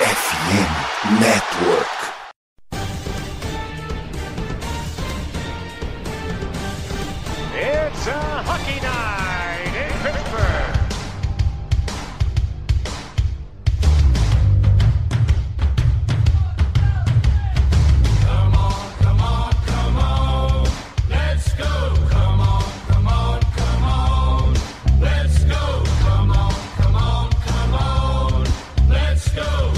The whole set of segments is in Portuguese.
FM Network. It's a hockey night in Pittsburgh. Come on, come on, come on. Let's go. Come on, come on, come on. Let's go. Come on, come on, come on. Let's go.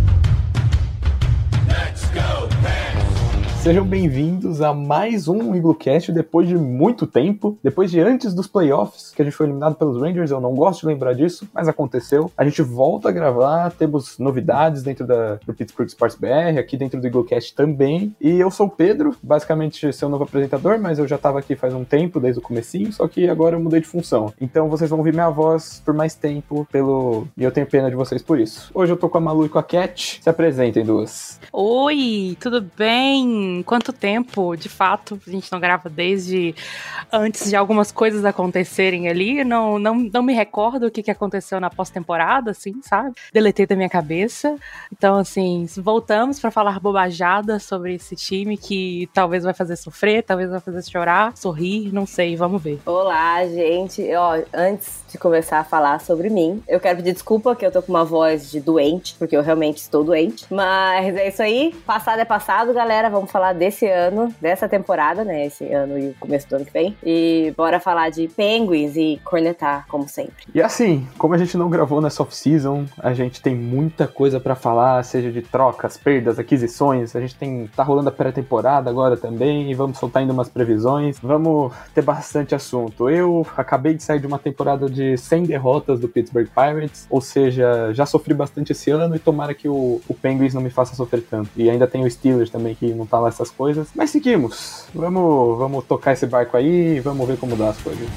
Let's go, Pats. Sejam bem-vindos a mais um Iglocast depois de muito tempo, depois de antes dos playoffs, que a gente foi eliminado pelos Rangers. Eu não gosto de lembrar disso, mas aconteceu. A gente volta a gravar, temos novidades dentro do Pittsburgh Sports BR, aqui dentro do Iglocast também. E eu sou o Pedro, basicamente seu novo apresentador, mas eu já estava aqui faz um tempo, desde o comecinho, só que agora eu mudei de função. Então vocês vão ouvir minha voz por mais tempo, e eu tenho pena de vocês por isso. Hoje eu tô com a Malu e com a Cat. Se apresentem, duas. Oi, tudo bem? Quanto tempo, de fato, a gente não grava desde antes de algumas coisas acontecerem ali. Não me recordo o que aconteceu na pós-temporada, assim, sabe? Deletei da minha cabeça. Então, assim, voltamos pra falar bobajada sobre esse time que talvez vai fazer sofrer, talvez vai fazer chorar, sorrir, não sei, vamos ver. Olá, gente. Antes de começar a falar sobre mim, eu quero pedir desculpa que eu tô com uma voz de doente, porque eu realmente estou doente. Mas é isso aí. Passado é passado, galera. Vamos falar desse ano, dessa temporada, né? Esse ano e o começo do ano que vem. E bora falar de Penguins e cornetar, como sempre. E assim, como a gente não gravou nessa off-season, a gente tem muita coisa pra falar, seja de trocas, perdas, aquisições. A gente tá rolando a pré-temporada agora também, e vamos soltar ainda umas previsões. Vamos ter bastante assunto. Eu acabei de sair de uma temporada de 100 derrotas do Pittsburgh Pirates, ou seja, já sofri bastante esse ano, e tomara que o Penguins não me faça sofrer tanto. E ainda tem o Steelers também, que não tá lá essas coisas. Mas seguimos. Vamos tocar esse barco aí e vamos ver como dá as coisas.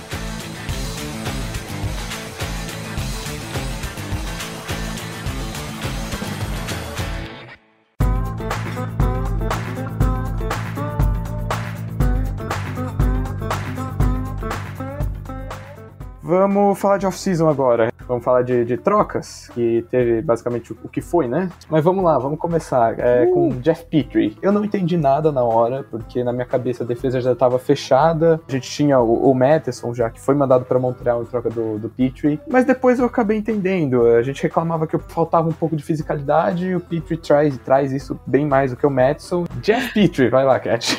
Vamos falar de off-season agora. Vamos falar de trocas, que teve basicamente o que foi, né? Mas vamos lá, vamos começar com Jeff Petrie. Eu não entendi nada na hora, porque na minha cabeça a defesa já estava fechada. A gente tinha o Matheson já, que foi mandado para Montreal em troca do Petrie. Mas depois eu acabei entendendo. A gente reclamava que faltava um pouco de fisicalidade, e o Petrie traz isso bem mais do que o Matheson. Jeff Petrie, vai lá, Cat.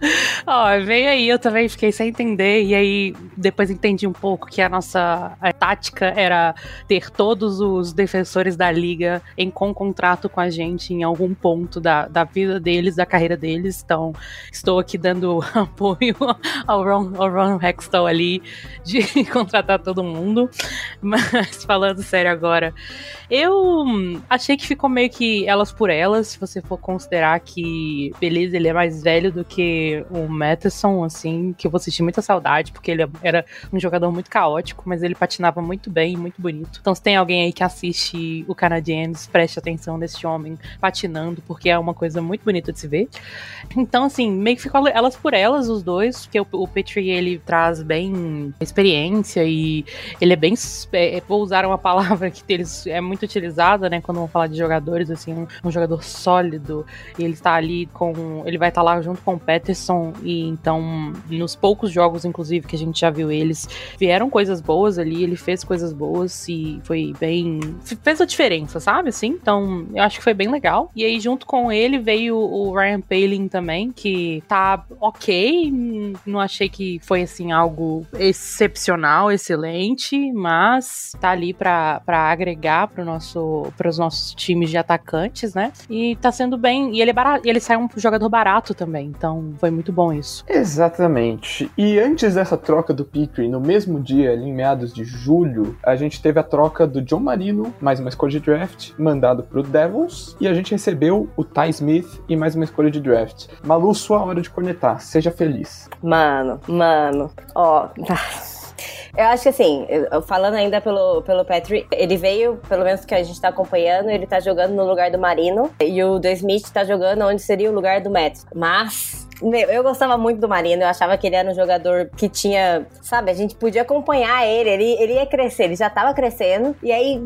Veio aí, eu também fiquei sem entender, e aí depois entendi um pouco que a nossa tática era ter todos os defensores da liga com contrato com a gente em algum ponto da vida deles, da carreira deles. Então, estou aqui dando apoio ao Ron Hextall ali de contratar todo mundo. Mas, falando sério agora, eu achei que ficou meio que elas por elas, se você for considerar que, beleza, ele é mais velho do que o Matheson, assim, que eu vou sentir muita saudade, porque ele era um jogador muito caótico, mas ele patinava muito bem, muito bonito. Então, se tem alguém aí que assiste o Canadiens, preste atenção nesse homem patinando, porque é uma coisa muito bonita de se ver. Então, assim, meio que ficou elas por elas, os dois, porque o Petrie, ele traz bem experiência e ele é bem, vou usar uma palavra que eles é muito utilizada, né, quando vão falar de jogadores, assim, um jogador sólido, e ele está ali ele vai estar lá junto com o Pettersson, e então, nos poucos jogos, inclusive, que a gente já viu eles, vieram coisas boas ali, ele fez coisas boas, e foi bem, fez a diferença, sabe, assim, então, eu acho que foi bem legal. E aí, junto com ele, veio o Ryan Poehling também, que tá ok, não achei que foi, assim, algo excepcional, excelente, mas tá ali pra agregar pros nossos times de atacantes, né? E tá sendo bem. E ele é barato, ele saiu um jogador barato também, então foi muito bom isso. Exatamente. E antes dessa troca do Petrie, no mesmo dia, ali em meados de julho, a gente teve a troca do John Marino, mais uma escolha de draft, mandado pro Devils, e a gente recebeu o Ty Smith e mais uma escolha de draft. Malu, sua hora de cornetar, seja feliz. Mano, ó... Eu acho que assim, falando ainda pelo Petrie, ele veio, pelo menos que a gente tá acompanhando, ele tá jogando no lugar do Marino, e o The Smith tá jogando onde seria o lugar do Matt. Mas Eu gostava muito do Marino, eu achava que ele era um jogador que tinha, sabe, a gente podia acompanhar ele ia crescer, ele já tava crescendo, e aí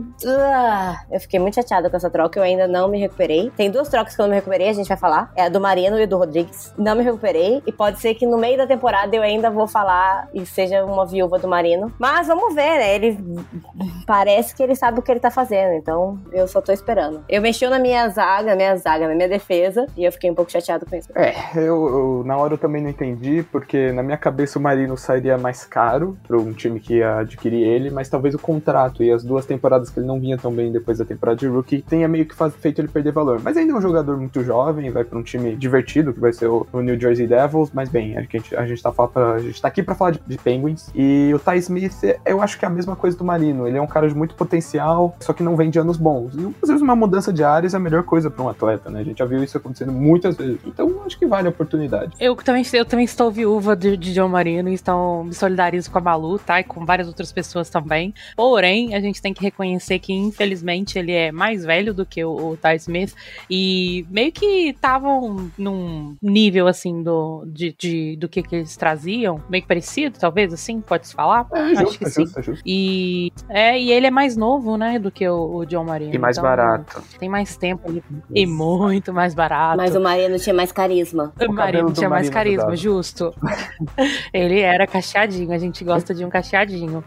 eu fiquei muito chateada com essa troca, eu ainda não me recuperei. Tem 2 trocas que eu não me recuperei, a gente vai falar, é a do Marino e do Rodrigues. Não me recuperei, e pode ser que no meio da temporada eu ainda vou falar e seja uma viúva do Marino, mas vamos ver, né, ele parece que ele sabe o que ele tá fazendo, então eu só tô esperando. Eu mexi na minha zaga, na minha defesa, e eu fiquei um pouco chateado com isso. Eu na hora eu também não entendi, porque na minha cabeça o Marino sairia mais caro para um time que ia adquirir ele, mas talvez o contrato e as 2 temporadas que ele não vinha tão bem depois da temporada de rookie tenha meio que feito ele perder valor. Mas ainda é um jogador muito jovem, vai para um time divertido, que vai ser o New Jersey Devils, mas bem, a gente tá aqui para falar de Penguins, e o Ty Smith, eu acho que é a mesma coisa do Marino, ele é um cara de muito potencial, só que não vem de anos bons, e às vezes uma mudança de áreas é a melhor coisa para um atleta, né? A gente já viu isso acontecendo muitas vezes, então acho que vale a oportunidade. Eu também estou viúva de John Marino, então me solidarizo com a Malu, tá? E com várias outras pessoas também. Porém, a gente tem que reconhecer que, infelizmente, ele é mais velho do que o Ty Smith, e meio que estavam num nível, assim, do que eles traziam, meio que parecido, talvez, assim, pode-se falar? Acho que sim. Justo. E ele é mais novo, né, do que o John Marino. E mais barato. Tem mais tempo ali. E muito mais barato. Mas o Marino tinha mais carisma. O Marino tinha mais carisma, ajudava. Justo. Ele era cacheadinho, a gente gosta de um cacheadinho.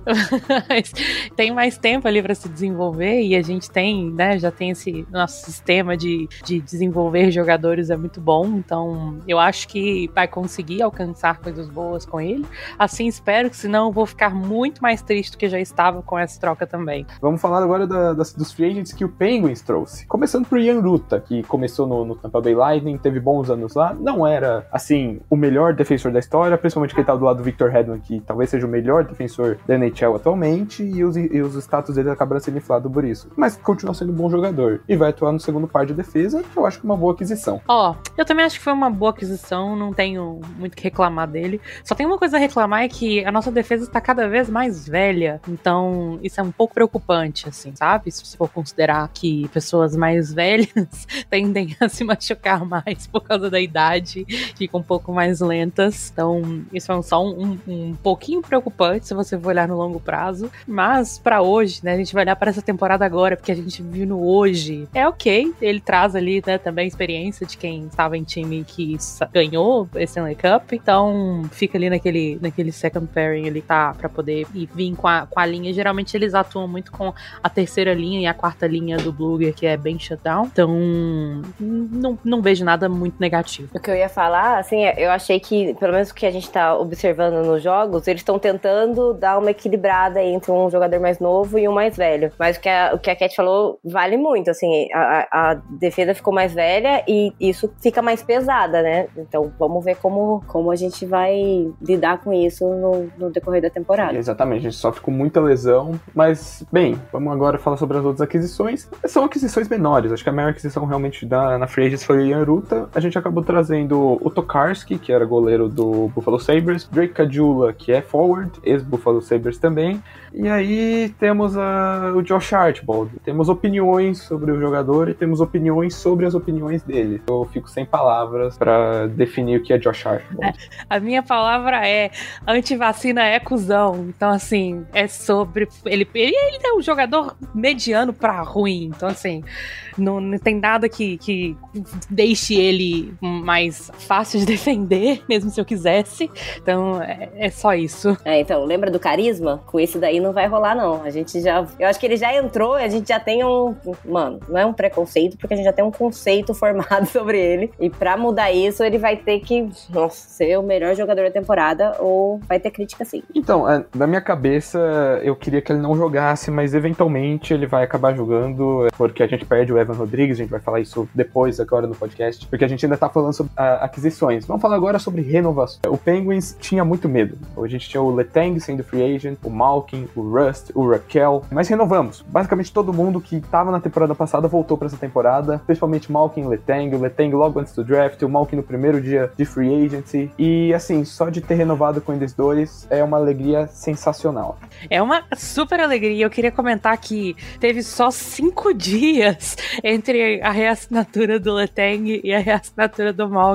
Mas tem mais tempo ali pra se desenvolver, e a gente tem, né, já tem esse nosso sistema de desenvolver jogadores, é muito bom, então eu acho que vai conseguir alcançar coisas boas com ele. Assim espero, que senão eu vou ficar muito mais triste do que já estava com essa troca também. Vamos falar agora dos free agents que o Penguins trouxe. Começando por Jan Rutta, que começou no Tampa Bay Lightning, teve bons anos lá, não era, assim, o melhor defensor da história, principalmente que ele tava do lado do Victor Hedman, que talvez seja o melhor defensor da NHL atualmente, e os status dele acabaram sendo inflados por isso. Mas continua sendo um bom jogador, e vai atuar no segundo par de defesa, que eu acho que é uma boa aquisição. Eu também acho que foi uma boa aquisição, não tenho muito o que reclamar dele. Só tem uma coisa a reclamar, é que a nossa defesa está cada vez mais velha, então isso é um pouco preocupante, assim, sabe? Se você for considerar que pessoas mais velhas tendem a se machucar mais por causa da idade, ficam um pouco mais lentas, então isso é só um pouquinho preocupante se você for olhar no longo prazo, mas pra hoje, né, a gente vai olhar para essa temporada agora, porque a gente viu no hoje, é ok, ele traz ali, né, também a experiência de quem estava em time que ganhou esse Stanley Cup, então fica ali naquele second pairing ali, tá, pra poder vir com a linha. Geralmente eles atuam muito com a terceira linha e a quarta linha do Blueger, que é bem shutdown, então não vejo nada muito negativo. O que eu ia falar, assim, eu achei que, pelo menos o que a gente tá observando nos jogos, eles estão tentando dar uma equilibrada entre um jogador mais novo e um mais velho, mas o que a Cat falou vale muito, assim, a defesa ficou mais velha e isso fica mais pesada, né? Então vamos ver como a gente vai lidar com isso no decorrer da temporada. Exatamente, a gente sofre com muita lesão, mas, bem, vamos agora falar sobre as outras aquisições. São aquisições menores, acho que a maior aquisição realmente na Free Agents foi o Jan Rutta. A gente acabou trazendo o Tokarski, que era goleiro do Buffalo Sabres, Drake Caggiula, que é forward, ex-Buffalo Sabres também, e aí temos o Josh Archibald. Temos opiniões sobre o jogador e temos opiniões sobre as opiniões dele. Eu fico sem palavras pra definir o que é Josh Archibald. A minha palavra é: antivacina é cuzão. Então, assim, é sobre... Ele é um jogador mediano pra ruim. Então, assim, não tem nada que deixe ele mais fácil de defender, mesmo se eu quisesse. Então, é só isso. Então, lembra do carisma? Com esse daí não vai rolar, não. A gente já... Eu acho que ele já entrou, a gente já tem Mano, não é um preconceito, porque a gente já tem um conceito formado sobre ele. E pra mudar isso, ele vai ter que, ser o melhor jogador da temporada, ou vai ter crítica sim. Então, na minha cabeça, eu queria que ele não jogasse, mas eventualmente ele vai acabar jogando, porque a gente perde o Evan Rodrigues, a gente vai falar isso depois, agora no podcast, porque a gente ainda tá falando sobre aquisições. Vamos falar agora sobre renovação. O Penguins tinha muito medo. A gente tinha o Letang sendo free agent, o Malkin, o Rust, o Raquel, mas renovamos. Basicamente todo mundo que tava na temporada passada voltou pra essa temporada, principalmente Malkin e Letang, o Letang logo antes do draft, o Malkin no primeiro dia de free agency, e assim, só de ter renovado com eles dois é uma alegria sensacional. É uma super alegria. Eu queria comentar que teve só 5 dias entre a reassinatura do Letang e a reassinatura do Malkin.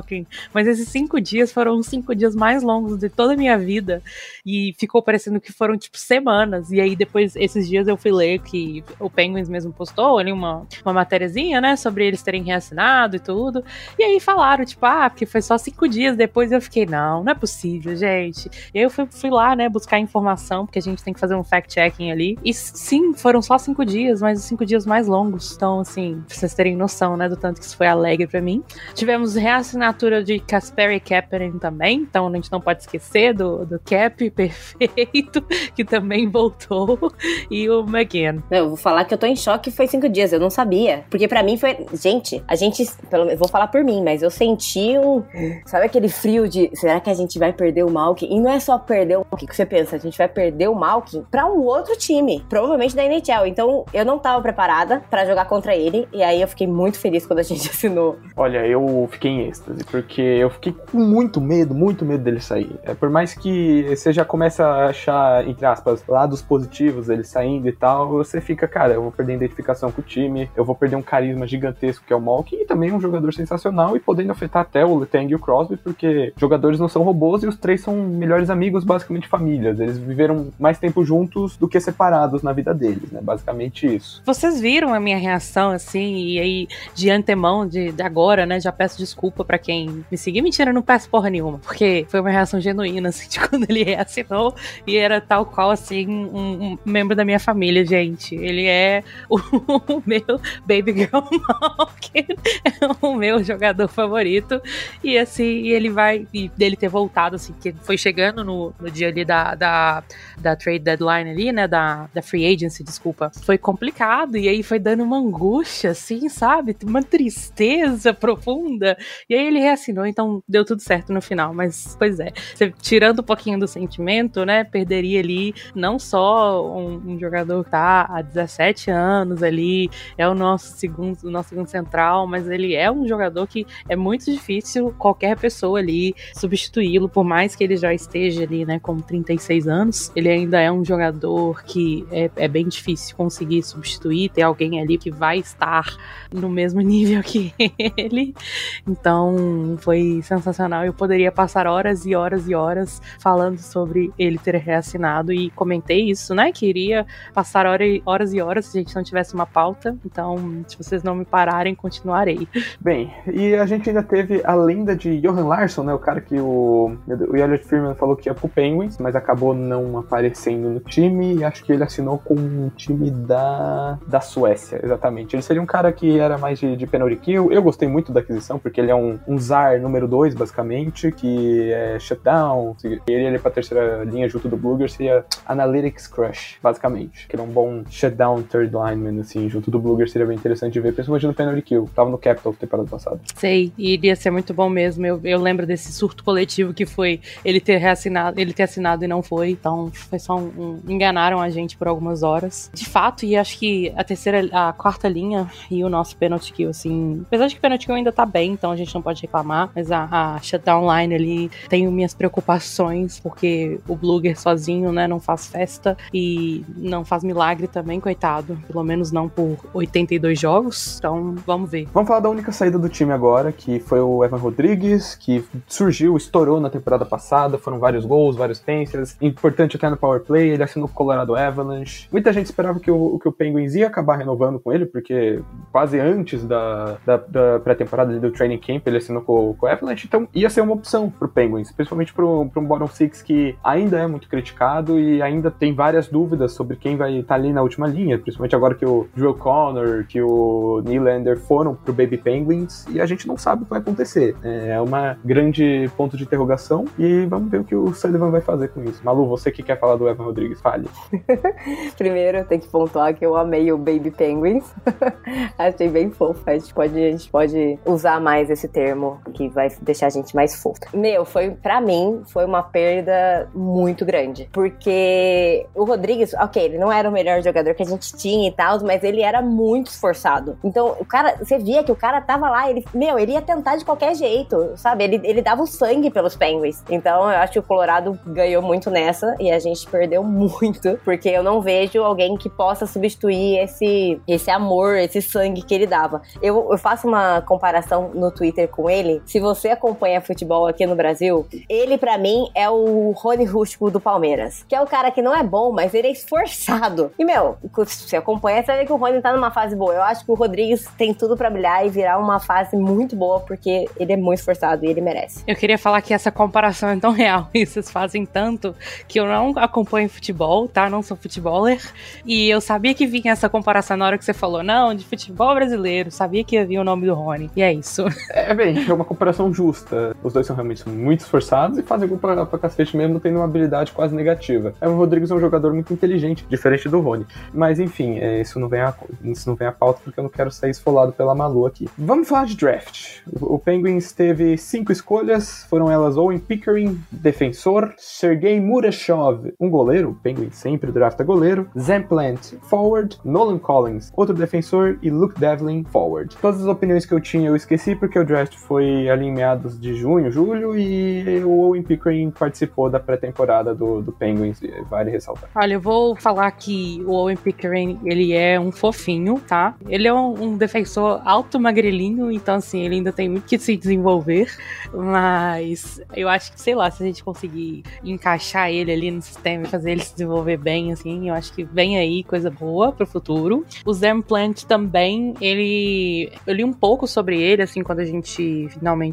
Malkin. Mas esses 5 dias foram os 5 dias mais longos de toda a minha vida. E ficou parecendo que foram, tipo, semanas. E aí, depois, esses dias eu fui ler que o Penguins mesmo postou ali uma matériazinha, né? Sobre eles terem reassinado e tudo. E aí falaram, tipo, porque foi só 5 dias. Depois eu fiquei, não é possível, gente. E aí eu fui lá, né, buscar informação, porque a gente tem que fazer um fact-checking ali. E sim, foram só 5 dias, mas os 5 dias mais longos. Então, assim, pra vocês terem noção, né, do tanto que isso foi alegre pra mim. Tivemos reassinatura de Kasperi Kapanen também, então a gente não pode esquecer do Cap perfeito, que também voltou, e o McGinn. Eu vou falar que eu tô em choque, foi 5 dias, eu não sabia. Porque pra mim foi... Gente, vou falar por mim, mas eu senti sabe aquele frio de, será que a gente vai perder o Malkin? E não é só perder o Malkin, que você pensa, a gente vai perder o Malkin pra um outro time, provavelmente da NHL. Então, eu não tava preparada pra jogar contra ele, e aí eu fiquei muito feliz quando a gente assinou. Olha, eu fiquei em êxtase, porque eu fiquei com muito medo dele sair. Por mais que você já começa a achar, entre aspas, lados positivos dele saindo e tal, você fica, cara, eu vou perder a identificação com o time, eu vou perder um carisma gigantesco que é o Malkin, e também um jogador sensacional, e podendo afetar até o Letang e o Crosby, porque jogadores não são robôs e os 3 são melhores amigos, basicamente famílias. Eles viveram mais tempo juntos do que separados na vida deles, né? Basicamente isso. Vocês viram a minha reação, assim, e aí, de antemão, de agora, né, já peço desculpa pra quem me seguir. Mentira, não peço porra nenhuma, porque foi uma reação genuína, assim, de quando ele reassinou, e era tal qual, assim, um membro da minha família, gente. Ele é o meu Baby Girl Malkin, é o meu jogador favorito, e assim, ele vai, e dele ter voltado, assim, que foi chegando no dia ali da trade deadline ali, né, da free agency, desculpa, foi complicado, e aí foi dando uma angústia, assim, sabe, uma tristeza profunda, e aí ele reassinou, então deu tudo certo no final, mas, pois é, você, tirando um pouquinho do sentimento, né, perderia ali, não só um jogador que tá há 17 anos ali, é o nosso segundo central, mas ele é um jogador que é muito difícil qualquer pessoa ali substituí-lo, por mais que ele já esteja ali, né, com 36 anos, ele ainda é um jogador que é bem difícil conseguir substituir, ter alguém ali que vai estar no mesmo nível que ele. Então foi sensacional. Eu poderia passar horas e horas e horas falando sobre ele ter reassinado, e comentei isso, né, que iria passar horas e horas se a gente não tivesse uma pauta. Então, se vocês não me pararem, continuarei. Bem, e a gente ainda teve a lenda de Johan Larsson, né, o cara que o Elliot Friedman falou que ia pro Penguins, mas acabou não aparecendo no time, e acho que ele assinou com um time da Suécia, exatamente. Ele seria um cara que era mais de penalty kill. Eu gostei muito da aquisição, porque ele é um ZAR número 2, basicamente, que é shutdown, ele pra terceira linha junto do Bluger seria Analytics Crush, basicamente, que era um bom shutdown third lineman, assim, junto do Bluger seria bem interessante de ver, principalmente no penalty kill, tava no Capitals temporada passada. Sei, e iria ser muito bom mesmo. Eu lembro desse surto coletivo que foi ele ter assinado e não foi, então foi só enganaram a gente por algumas horas. De fato, e acho que a quarta linha e o nosso penalty kill, assim, apesar de que o penalty kill ainda tá bem, então a gente não pode reclamar, mas a shutdown line ali, tenho minhas preocupações, porque o Bluger sozinho, né, não faz festa e não faz milagre também, coitado, pelo menos não por 82 jogos, então vamos ver. Vamos falar da única saída do time agora, que foi o Evan Rodrigues, que estourou na temporada passada, foram vários gols, vários penalties, importante até no power play, ele assinou com o Colorado Avalanche. Muita gente esperava que o Penguins ia acabar renovando com ele, porque quase antes da pré-temporada do training camp ele assinou com o Avalanche, então ia ser uma opção pro Penguins, principalmente para um bottom six que ainda é muito criticado e ainda tem várias dúvidas sobre quem vai estar ali na última linha, principalmente agora que o Drew Connor, que o Nylander foram pro Baby Penguins, e a gente não sabe o que vai acontecer. É uma grande ponto de interrogação, e vamos ver o que o Sullivan vai fazer com isso. Malu, você que quer falar do Evan Rodrigues, fale. Primeiro, eu tenho que pontuar que eu amei o Baby Penguins. Achei bem fofo. A gente pode usar mais esse termo, que vai deixar a gente mais fofo. Pra mim, foi uma perda muito grande. Porque o Rodrigues, ok, ele não era o melhor jogador que a gente tinha e tal, mas ele era muito esforçado. Então, o cara, você via que o cara tava lá, ele ia tentar de qualquer jeito, sabe? Ele dava o sangue pelos Penguins. Então, eu acho que o Colorado ganhou muito nessa e a gente perdeu muito, porque eu não vejo alguém que possa substituir esse amor, esse esse sangue que ele dava. Eu faço uma comparação no Twitter com ele. Se você acompanha futebol aqui no Brasil, ele pra mim é o Rony Rústico do Palmeiras, que é o cara que não é bom, mas ele é esforçado. E, meu, se você acompanha, você vai ver que o Rony tá numa fase boa. Eu acho que o Rodrigues tem tudo pra brilhar e virar uma fase muito boa, porque ele é muito esforçado e ele merece. Eu queria falar que essa comparação é tão real e vocês fazem tanto que eu não acompanho futebol, tá? Não sou futeboler. E eu sabia que vinha essa comparação na hora que você falou, não, de futebol brasileiro. Sabia que ia vir o nome do Rony. E é isso. Bem, é uma comparação justa. Os dois são realmente muito esforçados e fazem gol pra cacete mesmo, tendo uma habilidade quase negativa. O Rodrigues é um jogador muito inteligente, diferente do Rony. Mas enfim, isso não vem a pauta porque eu não quero sair esfolado pela Malu aqui. Vamos falar de draft. O Penguins teve 5 escolhas, foram elas Owen Pickering, defensor, Sergei Murashov, um goleiro, o Penguins sempre drafta goleiro, Zemplant, forward, Nolan Collins, outro defensor e Luke Devlin, forward. Todas as opiniões que eu tinha eu esqueci porque o draft foi ali em meados de junho, julho, e o Owen Pickering participou da pré-temporada do Penguins, vale ressaltar. Olha, eu vou falar que o Owen Pickering, ele é um fofinho, tá? Ele é um defensor alto, magrelinho, então assim, ele ainda tem muito que se desenvolver, mas eu acho que, sei lá, se a gente conseguir encaixar ele ali no sistema e fazer ele se desenvolver bem, assim, eu acho que vem aí coisa boa pro futuro. O Zemplant também, eu li um pouco sobre ele, assim, quando a gente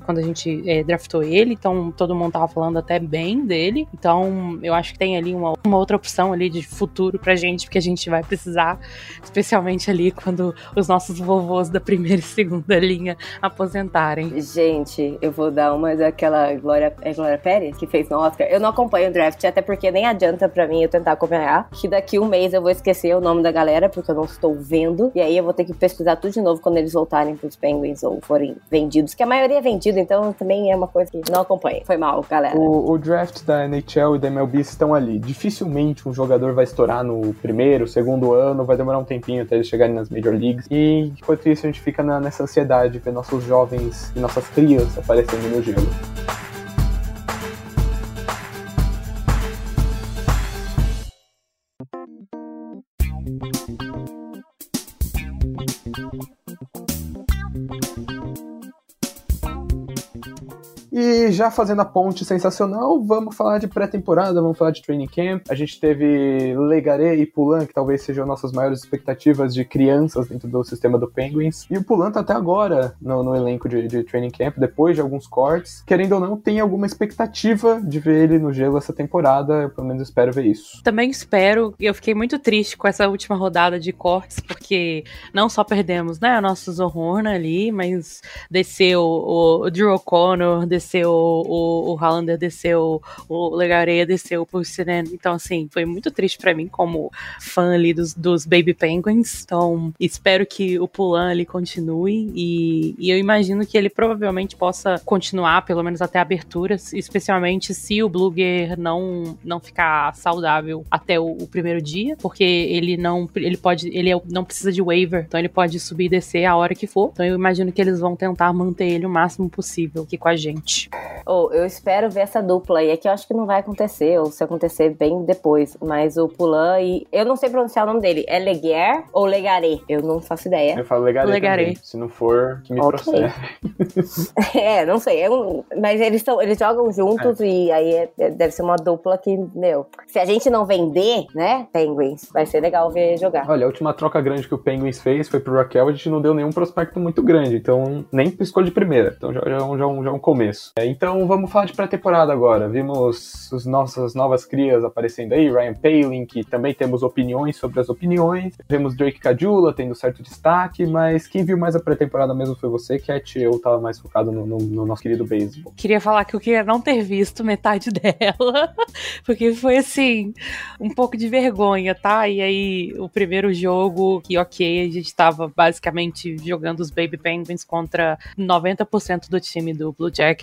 draftou ele, então todo mundo tava falando até bem dele, então eu acho que tem ali uma outra opção ali de futuro pra gente, porque a gente vai precisar, especialmente ali quando os nossos vovôs da primeira e segunda linha aposentarem. Gente, eu vou dar uma daquela Glória Pérez, que fez no Oscar. Eu não acompanho o draft, até porque nem adianta pra mim eu tentar acompanhar, que daqui um mês eu vou esquecer o nome da galera, porque eu não estou vendo, e aí eu vou ter que pesquisar tudo de novo quando eles voltarem pros Penguins ou forem vendidos, que a maioria é vendido, então também é uma coisa que não acompanho. Foi mal, galera. O draft da NHL e da MLB estão ali. Dificilmente um jogador vai estourar no primeiro, segundo ano, vai demorar um tempinho até eles chegarem nas Major Leagues, e enquanto isso a gente fica nessa ansiedade de ver nossos jovens e nossas crias aparecendo no gelo. E já fazendo a ponte sensacional, vamos falar de pré-temporada, vamos falar de training camp. A gente teve Legaré e Poulin, que talvez sejam nossas maiores expectativas de crianças dentro do sistema do Penguins. E o Poulin tá até agora no elenco de training camp, depois de alguns cortes. Querendo ou não, tem alguma expectativa de ver ele no gelo essa temporada. Eu pelo menos espero ver isso. Também espero. Eu fiquei muito triste com essa última rodada de cortes, porque não só perdemos, né, a nossa Zohorna ali, mas desceu o Drew O'Connor, desceu o Hallander, desceu o Legaré, desceu o Pussinen. Então, assim, foi muito triste pra mim como fã ali dos Baby Penguins. Então, espero que o Poulin ali continue e eu imagino que ele provavelmente possa continuar, pelo menos até a abertura, especialmente se o Blueger não ficar saudável até o primeiro dia, porque ele não precisa de waiver, então ele pode subir e descer a hora que for. Então eu imagino que eles vão tentar manter ele o máximo possível aqui com a gente. Eu espero ver essa dupla aí. É que eu acho que não vai acontecer, ou se acontecer bem depois. Mas o Poulin e... Eu não sei pronunciar o nome dele. É Leguer ou Legaré? Eu não faço ideia. Eu falo Legaré também. Se não for, que me processe. Não sei. Mas eles jogam juntos e aí deve ser uma dupla que, se a gente não vender, né, Penguins, vai ser legal ver jogar. Olha, a última troca grande que o Penguins fez foi pro Raquel, a gente não deu nenhum prospecto muito grande, então nem escolha de primeira. Então já é um começo. Então vamos falar de pré-temporada agora. Vimos as nossas novas crias aparecendo aí, Ryan Poehling, que também temos opiniões sobre as opiniões. Vemos Drake Caggiula tendo certo destaque, mas quem viu mais a pré-temporada mesmo foi você, Cat. Eu tava mais focado no nosso querido beisebol. Queria falar que eu queria não ter visto metade dela, porque foi assim, um pouco de vergonha, tá? E aí, o primeiro jogo, que ok, a gente tava basicamente jogando os Baby Penguins contra 90% do time do Blue Jackets.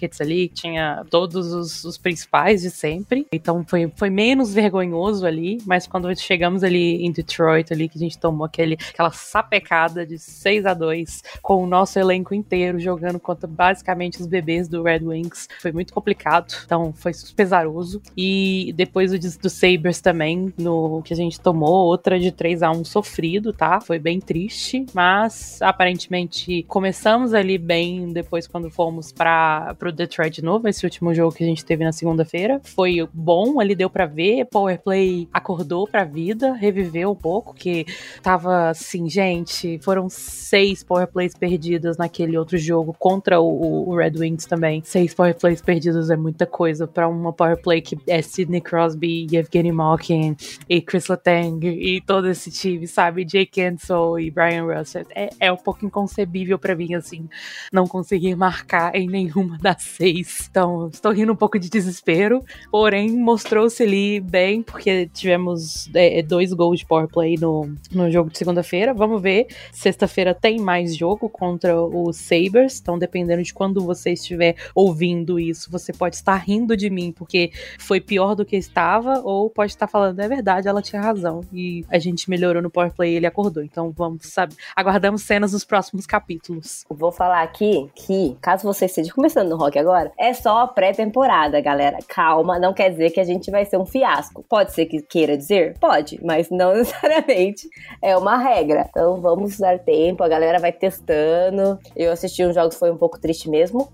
Rockets ali, que tinha todos os principais de sempre. Então foi menos vergonhoso ali, mas quando chegamos ali em Detroit, ali, que a gente tomou aquela sapecada de 6-2 com o nosso elenco inteiro jogando contra basicamente os bebês do Red Wings, foi muito complicado. Então foi pesaroso. E depois do Sabres também, no que a gente tomou, outra de 3-1 sofrido, tá? Foi bem triste, mas aparentemente começamos ali bem depois quando fomos pro Detroit de novo, esse último jogo que a gente teve na segunda-feira. Foi bom, ali deu pra ver, Power Play acordou pra vida, reviveu um pouco, que tava assim, gente, foram 6 Power Plays perdidas naquele outro jogo contra o Red Wings também. 6 Power Plays perdidas é muita coisa pra uma Power Play que é Sidney Crosby, Evgeny Malkin e Chris Letang e todo esse time, sabe? Jake Ensel e Brian Russell. É um pouco inconcebível pra mim, assim, não conseguir marcar em nenhuma das 6. Então, estou rindo um pouco de desespero, porém, mostrou-se ali bem, porque tivemos 2 gols de Power Play no jogo de segunda-feira. Vamos ver. Sexta-feira tem mais jogo contra os Sabres, então dependendo de quando você estiver ouvindo isso, você pode estar rindo de mim, porque foi pior do que estava, ou pode estar falando, é verdade, ela tinha razão, e a gente melhorou no Power Play e ele acordou. Então vamos, sabe, aguardamos cenas nos próximos capítulos. Vou falar aqui que, caso você esteja começando no rock agora, é só pré-temporada, galera. Calma, não quer dizer que a gente vai ser um fiasco. Pode ser que queira dizer? Pode, mas não necessariamente é uma regra. Então vamos dar tempo, a galera vai testando. Eu assisti uns jogos, foi um pouco triste mesmo,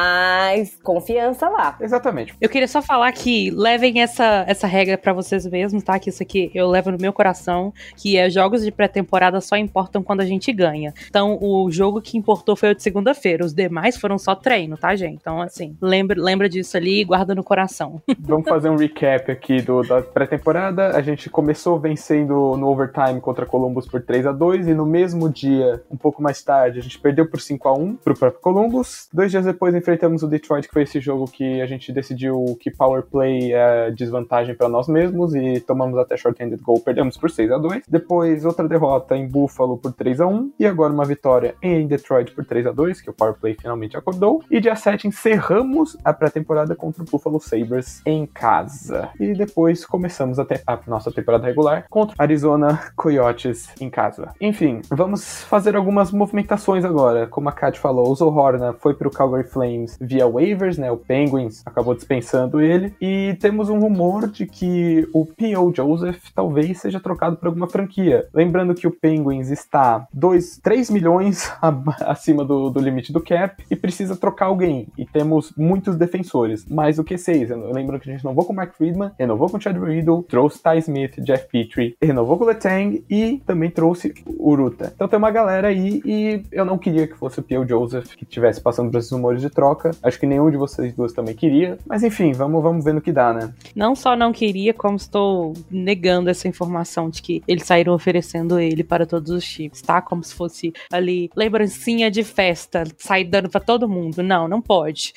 mas confiança lá. Exatamente. Eu queria só falar que levem essa regra pra vocês mesmos, tá? Que isso aqui eu levo no meu coração, que jogos de pré-temporada só importam quando a gente ganha. Então, o jogo que importou foi o de segunda-feira. Os demais foram só treino, tá, gente? Então, assim, lembra disso ali e guarda no coração. Vamos fazer um recap aqui da pré-temporada. A gente começou vencendo no overtime contra Columbus por 3-2 e no mesmo dia, um pouco mais tarde, a gente perdeu por 5-1 pro próprio Columbus. 2 dias depois enfrentamos o Detroit, que foi esse jogo que a gente decidiu que Power Play é desvantagem para nós mesmos e tomamos até short-handed goal, perdemos por 6-2. Depois outra derrota em Buffalo por 3-1 e agora uma vitória em Detroit por 3-2, que o Power Play finalmente acordou. E dia 7 encerramos a pré-temporada contra o Buffalo Sabres em casa. E depois começamos a nossa temporada regular contra Arizona Coyotes em casa. Enfim, vamos fazer algumas movimentações agora. Como a Kat falou, o Zohorna foi pro Calgary Flames via waivers, né? O Penguins acabou dispensando ele. E temos um rumor de que o P.O. Joseph talvez seja trocado por alguma franquia. Lembrando que o Penguins está 3 milhões acima do limite do cap e precisa trocar alguém. E temos muitos defensores, mais do que 6. Lembrando que a gente renovou com o Mark Friedman, renovou com o Chad Riddle, trouxe Ty Smith, Jeff Petrie, renovou com o Letang e também trouxe o Ruta. Então tem uma galera aí e eu não queria que fosse o P.O. Joseph que estivesse passando por esses rumores de troca. Acho que nenhum de vocês duas também queria. Mas enfim, vamos ver no que dá, né? Não só não queria, como estou negando essa informação de que eles saíram oferecendo ele para todos os times, tá? Como se fosse ali lembrancinha de festa, sair dando pra todo mundo. Não pode.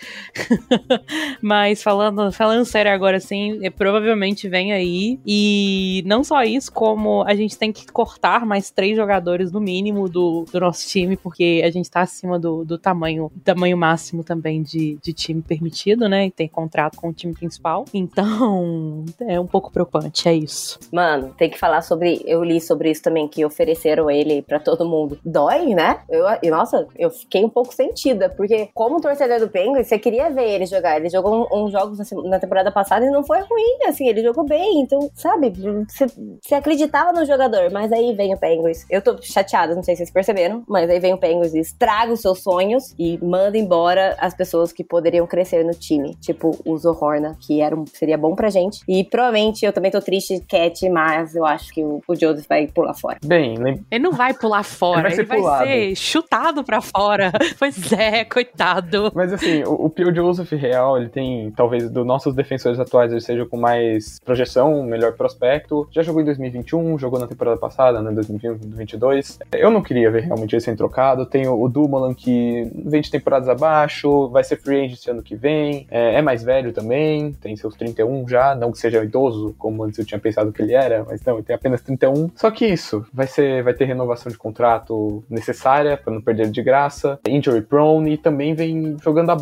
Mas falando sério agora, assim, provavelmente vem aí. E não só isso, como a gente tem que cortar mais 3 jogadores no mínimo do nosso time, porque a gente tá acima do tamanho máximo também de time permitido, né? E tem contrato com o time principal. Então, é um pouco preocupante, é isso. Mano, tem que falar eu li sobre isso também, que ofereceram ele pra todo mundo. Dói, né? Nossa, eu fiquei um pouco sentida, porque como torcedor do Penguins, você queria ver ele jogar. Ele jogou uns jogos na temporada passada e não foi ruim, assim, ele jogou bem. Então, sabe, você acreditava no jogador, mas aí vem o Penguins. Eu tô chateada, não sei se vocês perceberam, mas aí vem o Penguins e estraga os seus sonhos e manda embora as pessoas que poderiam crescer no time. Tipo o Zohorna, que seria bom pra gente. E provavelmente eu também tô triste, Cat, mas eu acho que o Joseph vai pular fora. Bem, ele não vai pular fora, ele vai ser chutado pra fora. Pois é, coitado. Mas assim, o P.O. Joseph real, ele tem, talvez, dos nossos defensores atuais, ele seja com mais projeção, melhor prospecto. Já jogou em 2021, jogou na temporada passada, né, 2021, 2022. Eu não queria ver realmente ele sendo trocado. Tem o Dumoulin, que vem de temporadas abaixo, vai ser free agent ano que vem, é mais velho também, tem seus 31 já, não que seja idoso, como antes eu tinha pensado que ele era, mas não, ele tem apenas 31. Só que isso, vai ter renovação de contrato necessária, para não perder de graça, injury prone, e também vem jogando abaixo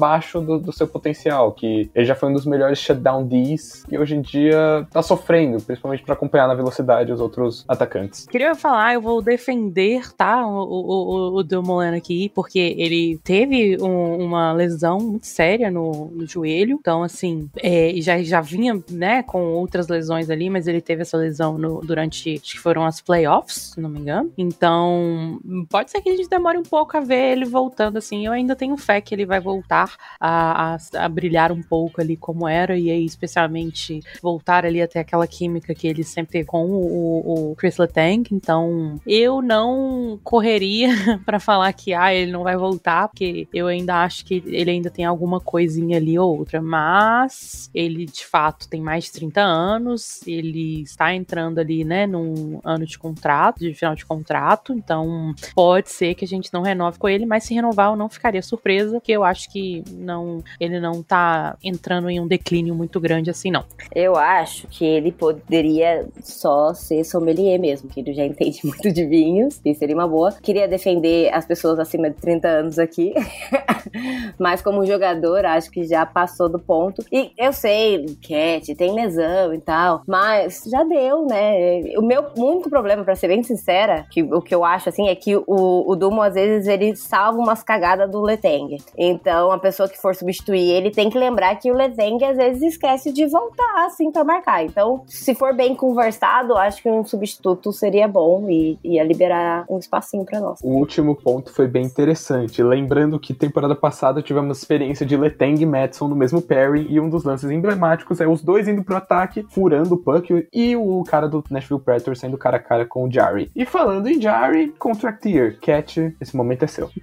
abaixo do seu potencial, que ele já foi um dos melhores shutdown Ds e hoje em dia tá sofrendo, principalmente pra acompanhar na velocidade os outros atacantes. Queria falar, eu vou defender, tá, o Dumoulin aqui, porque ele teve uma lesão muito séria no joelho, então assim, já vinha, né, com outras lesões ali, mas ele teve essa lesão durante, acho que foram as playoffs, se não me engano, então pode ser que a gente demore um pouco a ver ele voltando, assim, eu ainda tenho fé que ele vai voltar a brilhar um pouco ali como era, e aí especialmente voltar ali até aquela química que ele sempre teve com o Chris Letang, então eu não correria pra falar que ele não vai voltar, porque eu ainda acho que ele ainda tem alguma coisinha ali ou outra, mas ele de fato tem mais de 30 anos, ele está entrando ali, né, num ano de contrato, de final de contrato, então pode ser que a gente não renove com ele, mas se renovar eu não ficaria surpresa, porque eu acho que ele não tá entrando em um declínio muito grande assim, não. Eu acho que ele poderia só ser sommelier mesmo, que ele já entende muito de vinhos, e seria uma boa. Queria defender as pessoas acima de 30 anos aqui, mas como jogador, acho que já passou do ponto. E eu sei, Cat, tem lesão e tal, mas já deu, né? O meu único problema, pra ser bem sincera, o que eu acho, assim, é que o Dumo, às vezes, ele salva umas cagadas do Letang. Então, a pessoa que for substituir ele tem que lembrar que o Letang, às vezes, esquece de voltar, assim, pra marcar. Então, se for bem conversado, acho que um substituto seria bom e ia liberar um espacinho pra nós. O último ponto foi bem interessante. Lembrando que temporada passada tivemos experiência de Letang e Madison no mesmo pairing, e um dos lances emblemáticos é os dois indo pro ataque, furando o puck, e o cara do Nashville Predators saindo cara a cara com o Jarry. E falando em Jarry, Contract Year. Cat, esse momento é seu.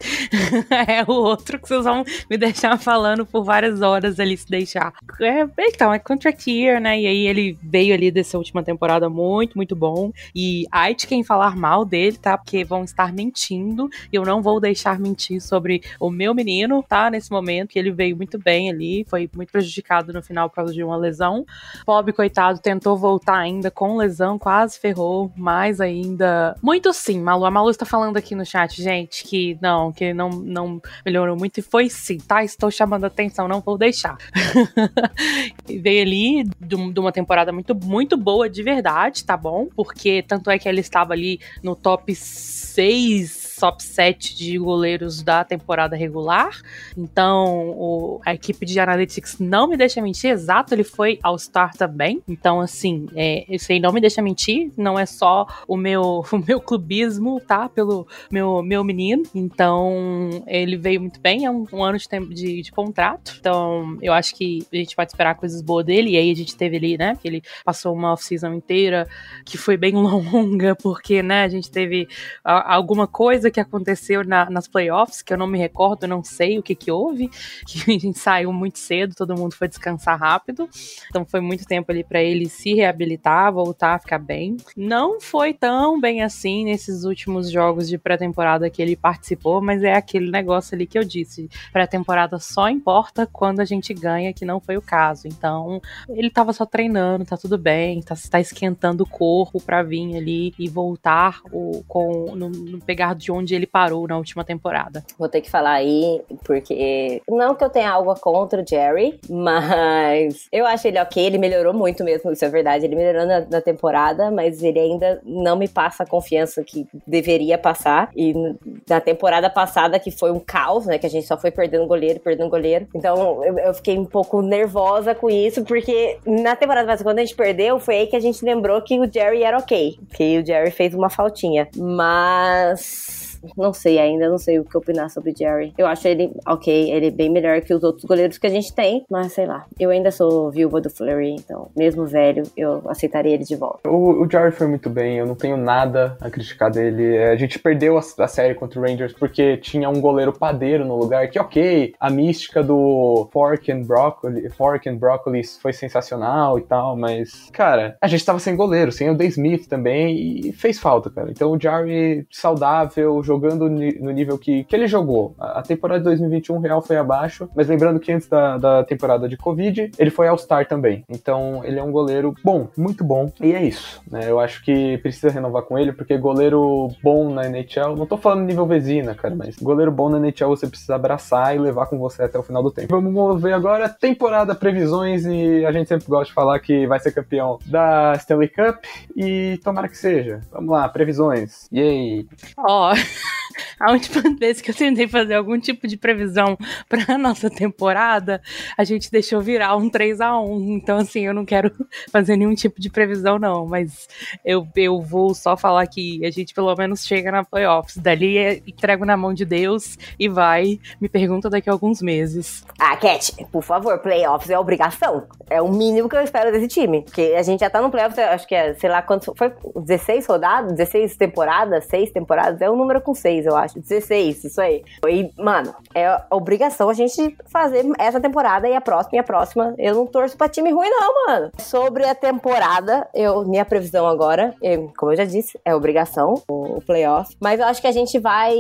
É o outro que vocês vão me deixar falando por várias horas ali, se deixar. Então, é Contract Year, né? E aí ele veio ali dessa última temporada muito, muito bom. E ai de quem falar mal dele, tá? Porque vão estar mentindo. E eu não vou deixar mentir sobre o meu menino, tá? Nesse momento, que ele veio muito bem ali. Foi muito prejudicado no final por causa de uma lesão. Pobre, coitado, tentou voltar ainda com lesão, quase ferrou. Mas ainda... Muito sim, Malu. A Malu está falando aqui no chat, gente, que não melhorou muito. E foi sim, tá? Estou chamando a atenção, não vou deixar. Veio ali de uma temporada muito, muito boa de verdade, tá bom? Porque tanto é que ele estava ali no top 6, top 7 de goleiros da temporada regular. Então, a equipe de Analytics não me deixa mentir. Exato, ele foi All-Star também. Então, assim, isso aí não me deixa mentir. Não é só o meu clubismo, tá? Pelo meu menino. Então, ele veio muito bem. É um ano de tempo de contrato. Então, eu acho que a gente pode esperar coisas boas dele. E aí, a gente teve ali, né? Que ele passou uma off-season inteira que foi bem longa, porque, né? A gente teve alguma coisa que aconteceu nas playoffs, que eu não me recordo, não sei o que houve, que a gente saiu muito cedo, todo mundo foi descansar rápido, então foi muito tempo ali pra ele se reabilitar, voltar a ficar bem. Não foi tão bem assim nesses últimos jogos de pré-temporada que ele participou, mas é aquele negócio ali que eu disse, pré-temporada só importa quando a gente ganha, que não foi o caso, então ele tava só treinando, tá tudo bem, tá esquentando o corpo pra vir ali e voltar no pegar de onde ele parou na última temporada. Vou ter que falar aí, porque não que eu tenha algo contra o Jarry, mas eu acho ele ok, ele melhorou muito mesmo, isso é verdade, ele melhorou na temporada, mas ele ainda não me passa a confiança que deveria passar, e na temporada passada, que foi um caos, né, que a gente só foi perdendo goleiro, então eu fiquei um pouco nervosa com isso, porque na temporada passada, quando a gente perdeu, foi aí que a gente lembrou que o Jarry era ok, que o Jarry fez uma faltinha, mas... Não sei ainda, não sei o que opinar sobre o Jarry. Eu acho ele ok, ele é bem melhor que os outros goleiros que a gente tem, mas sei lá. Eu ainda sou viúva do Fleury, então, mesmo velho, eu aceitaria ele de volta. O Jarry foi muito bem, eu não tenho nada a criticar dele. A gente perdeu a série contra o Rangers porque tinha um goleiro padeiro no lugar, que ok, a mística do Fork and Broccoli foi sensacional e tal, mas, cara, a gente tava sem goleiro, sem o Dave Smith também, e fez falta, cara. Então o Jarry saudável, jogando no nível que ele jogou. A temporada de 2021 real foi abaixo, mas lembrando que antes da temporada de Covid, ele foi All-Star também. Então, ele é um goleiro bom, muito bom. E é isso, né? Eu acho que precisa renovar com ele, porque goleiro bom na NHL, não tô falando nível Vezina, cara, mas goleiro bom na NHL você precisa abraçar e levar com você até o final do tempo. Vamos ver agora temporada, previsões, e a gente sempre gosta de falar que vai ser campeão da Stanley Cup, e tomara que seja. Vamos lá, previsões. Yay! Ó, a última vez que eu tentei fazer algum tipo de previsão pra nossa temporada, a gente deixou virar um 3-1. Então, assim, eu não quero fazer nenhum tipo de previsão, não. Mas eu vou só falar que a gente pelo menos chega na playoffs. Dali entrego na mão de Deus e vai. Me pergunta daqui a alguns meses. Ah, Cat, por favor, playoffs é obrigação. É o mínimo que eu espero desse time. Porque a gente já tá no playoffs, acho que é, sei lá quantos. Foi 16 rodadas? 16 temporadas? 6 temporadas? É um número com 6, eu acho. 16, isso aí. E, mano, é obrigação a gente fazer essa temporada e a próxima. Eu não torço pra time ruim, não, mano. Sobre a temporada, minha previsão agora, como eu já disse, é obrigação, o playoff. Mas eu acho que a gente vai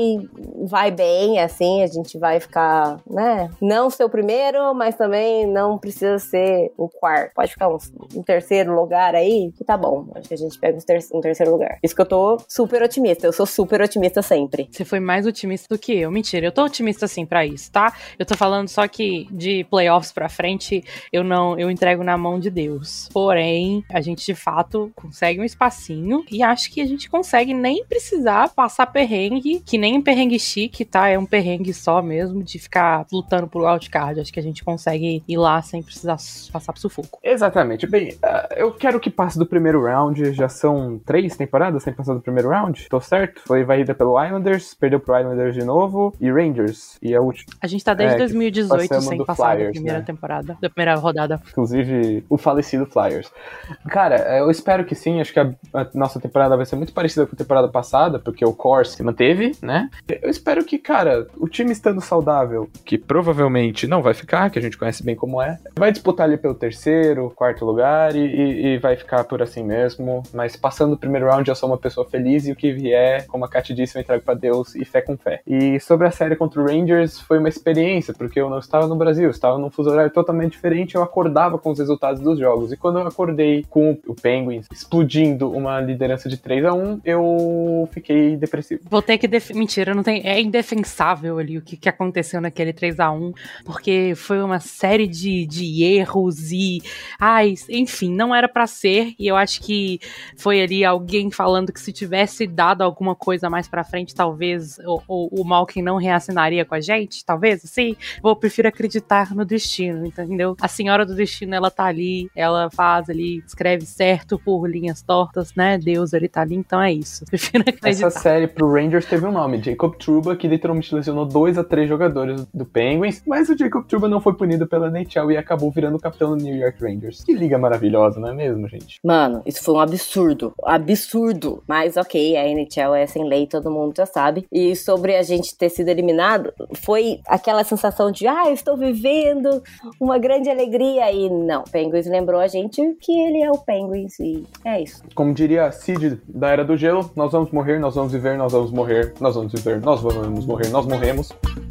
bem, assim, a gente vai ficar, né? Não ser o primeiro, mas também não precisa ser o quarto. Pode ficar um terceiro lugar aí, que tá bom. Acho que a gente pega um terceiro lugar. Isso que eu tô super otimista. Eu sou super otimista sempre. Você foi mais otimista do que eu. Mentira, eu tô otimista sim pra isso, tá? Eu tô falando só que de playoffs pra frente, eu entrego na mão de Deus. Porém, a gente de fato consegue um espacinho e acho que a gente consegue nem precisar passar perrengue, que nem um perrengue chique, tá? É um perrengue só mesmo de ficar lutando por wildcard. Acho que a gente consegue ir lá sem precisar passar pro sufoco. Exatamente. Bem, eu quero que passe do primeiro round. Já são 3 temporadas sem passar do primeiro round. Tô certo? Foi varrida pelo Islanders, perdeu pro Islanders de novo, e Rangers. E a última. A gente tá desde 2018 sem passar Flyers, da primeira né? temporada, da primeira rodada. Inclusive, o falecido Flyers. Cara, eu espero que sim. Acho que a nossa temporada vai ser muito parecida com a temporada passada, porque o core se manteve, né? Eu espero que, cara, o time estando saudável, que provavelmente não vai ficar, que a gente conhece bem como é, vai disputar ali pelo terceiro, quarto lugar e vai ficar por assim mesmo. Mas passando o primeiro round, eu sou uma pessoa feliz e o que vier, como a Kat disse, eu entrego pra Deus e fé com fé. E sobre a série contra o Rangers, foi uma experiência, porque eu não estava no Brasil, eu estava num fuso horário totalmente diferente, eu acordava com os resultados dos jogos. E quando eu acordei com o Penguins explodindo uma liderança de 3-1, eu fiquei depressivo. Vou ter que... Mentira, não tem... É indefensável ali o que aconteceu naquele 3-1, porque foi uma série de erros e... Ai, enfim, não era pra ser, e eu acho que foi ali alguém falando que se tivesse dado alguma coisa mais pra frente, talvez o Malkin não reassinaria com a gente, talvez, assim. Eu prefiro acreditar no destino, entendeu? A senhora do destino, ela tá ali, ela faz ali, escreve certo por linhas tortas, né? Deus, ele tá ali, então é isso. Prefiro acreditar. Essa série pro Rangers teve um nome, Jacob Trouba, que literalmente lesionou 2 a 3 jogadores do Penguins, mas o Jacob Trouba não foi punido pela NHL e acabou virando capitão do New York Rangers. Que liga maravilhosa, não é mesmo, gente? Mano, isso foi um absurdo. Absurdo. Mas ok, a NHL é sem lei, todo mundo já sabe. E sobre a gente ter sido eliminado, foi aquela sensação de, eu estou vivendo uma grande alegria. E não, Penguins lembrou a gente que ele é o Penguins e é isso. Como diria a Cid da Era do Gelo, nós vamos morrer, nós vamos viver, nós vamos morrer, nós vamos viver, nós vamos morrer, nós morremos.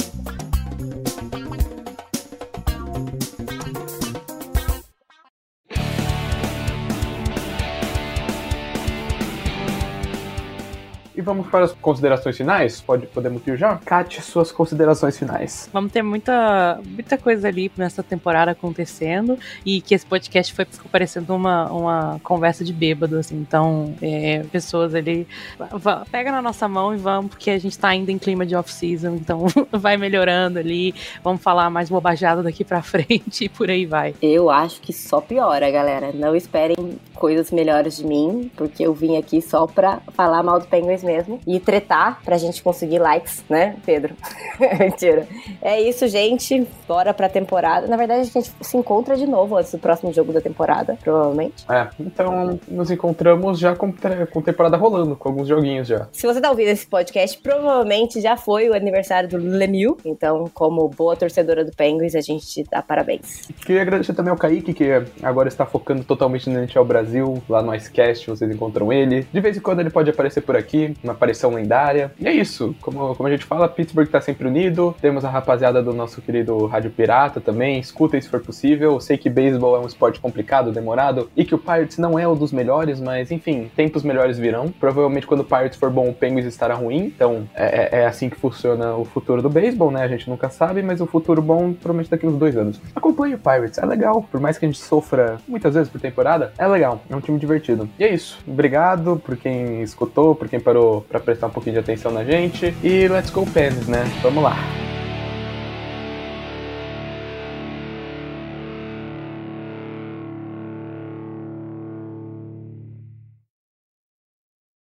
E vamos para as considerações finais? Podemos ir já? Kat, suas considerações finais. Vamos ter muita coisa ali nessa temporada acontecendo e que esse podcast ficou parecendo uma conversa de bêbado, assim. Então, pessoas ali, pega na nossa mão e vamos, porque a gente tá ainda em clima de off-season, então vai melhorando ali, vamos falar mais bobajada daqui pra frente e por aí vai. Eu acho que só piora, galera. Não esperem coisas melhores de mim, porque eu vim aqui só pra falar mal do Penguins mesmo e tretar pra gente conseguir likes, né, Pedro? Mentira. É isso, gente. Bora pra temporada. Na verdade, a gente se encontra de novo antes do próximo jogo da temporada, provavelmente. Então nos encontramos já com temporada rolando, com alguns joguinhos já. Se você tá ouvindo esse podcast, provavelmente já foi o aniversário do Lemieux. Então, como boa torcedora do Penguins, a gente te dá parabéns. Queria agradecer também ao Kaique, que agora está focando totalmente no NHL Brasil, lá no Icecast, vocês encontram ele. De vez em quando ele pode aparecer por aqui. uma aparição lendária. E é isso, como a gente fala, Pittsburgh tá sempre unido, temos a rapaziada do nosso querido Rádio Pirata também, escutem se for possível. Eu sei que beisebol é um esporte complicado, demorado, e que o Pirates não é um dos melhores, mas enfim, tempos melhores virão. Provavelmente quando o Pirates for bom, o Penguins estará ruim, então é assim que funciona o futuro do beisebol, né? A gente nunca sabe, mas o futuro bom provavelmente daqui uns 2 anos. Acompanhe o Pirates, é legal, por mais que a gente sofra muitas vezes por temporada, é legal, é um time divertido. E é isso, obrigado por quem escutou, por quem parou pra prestar um pouquinho de atenção na gente, e let's go Pens, né? Vamos lá!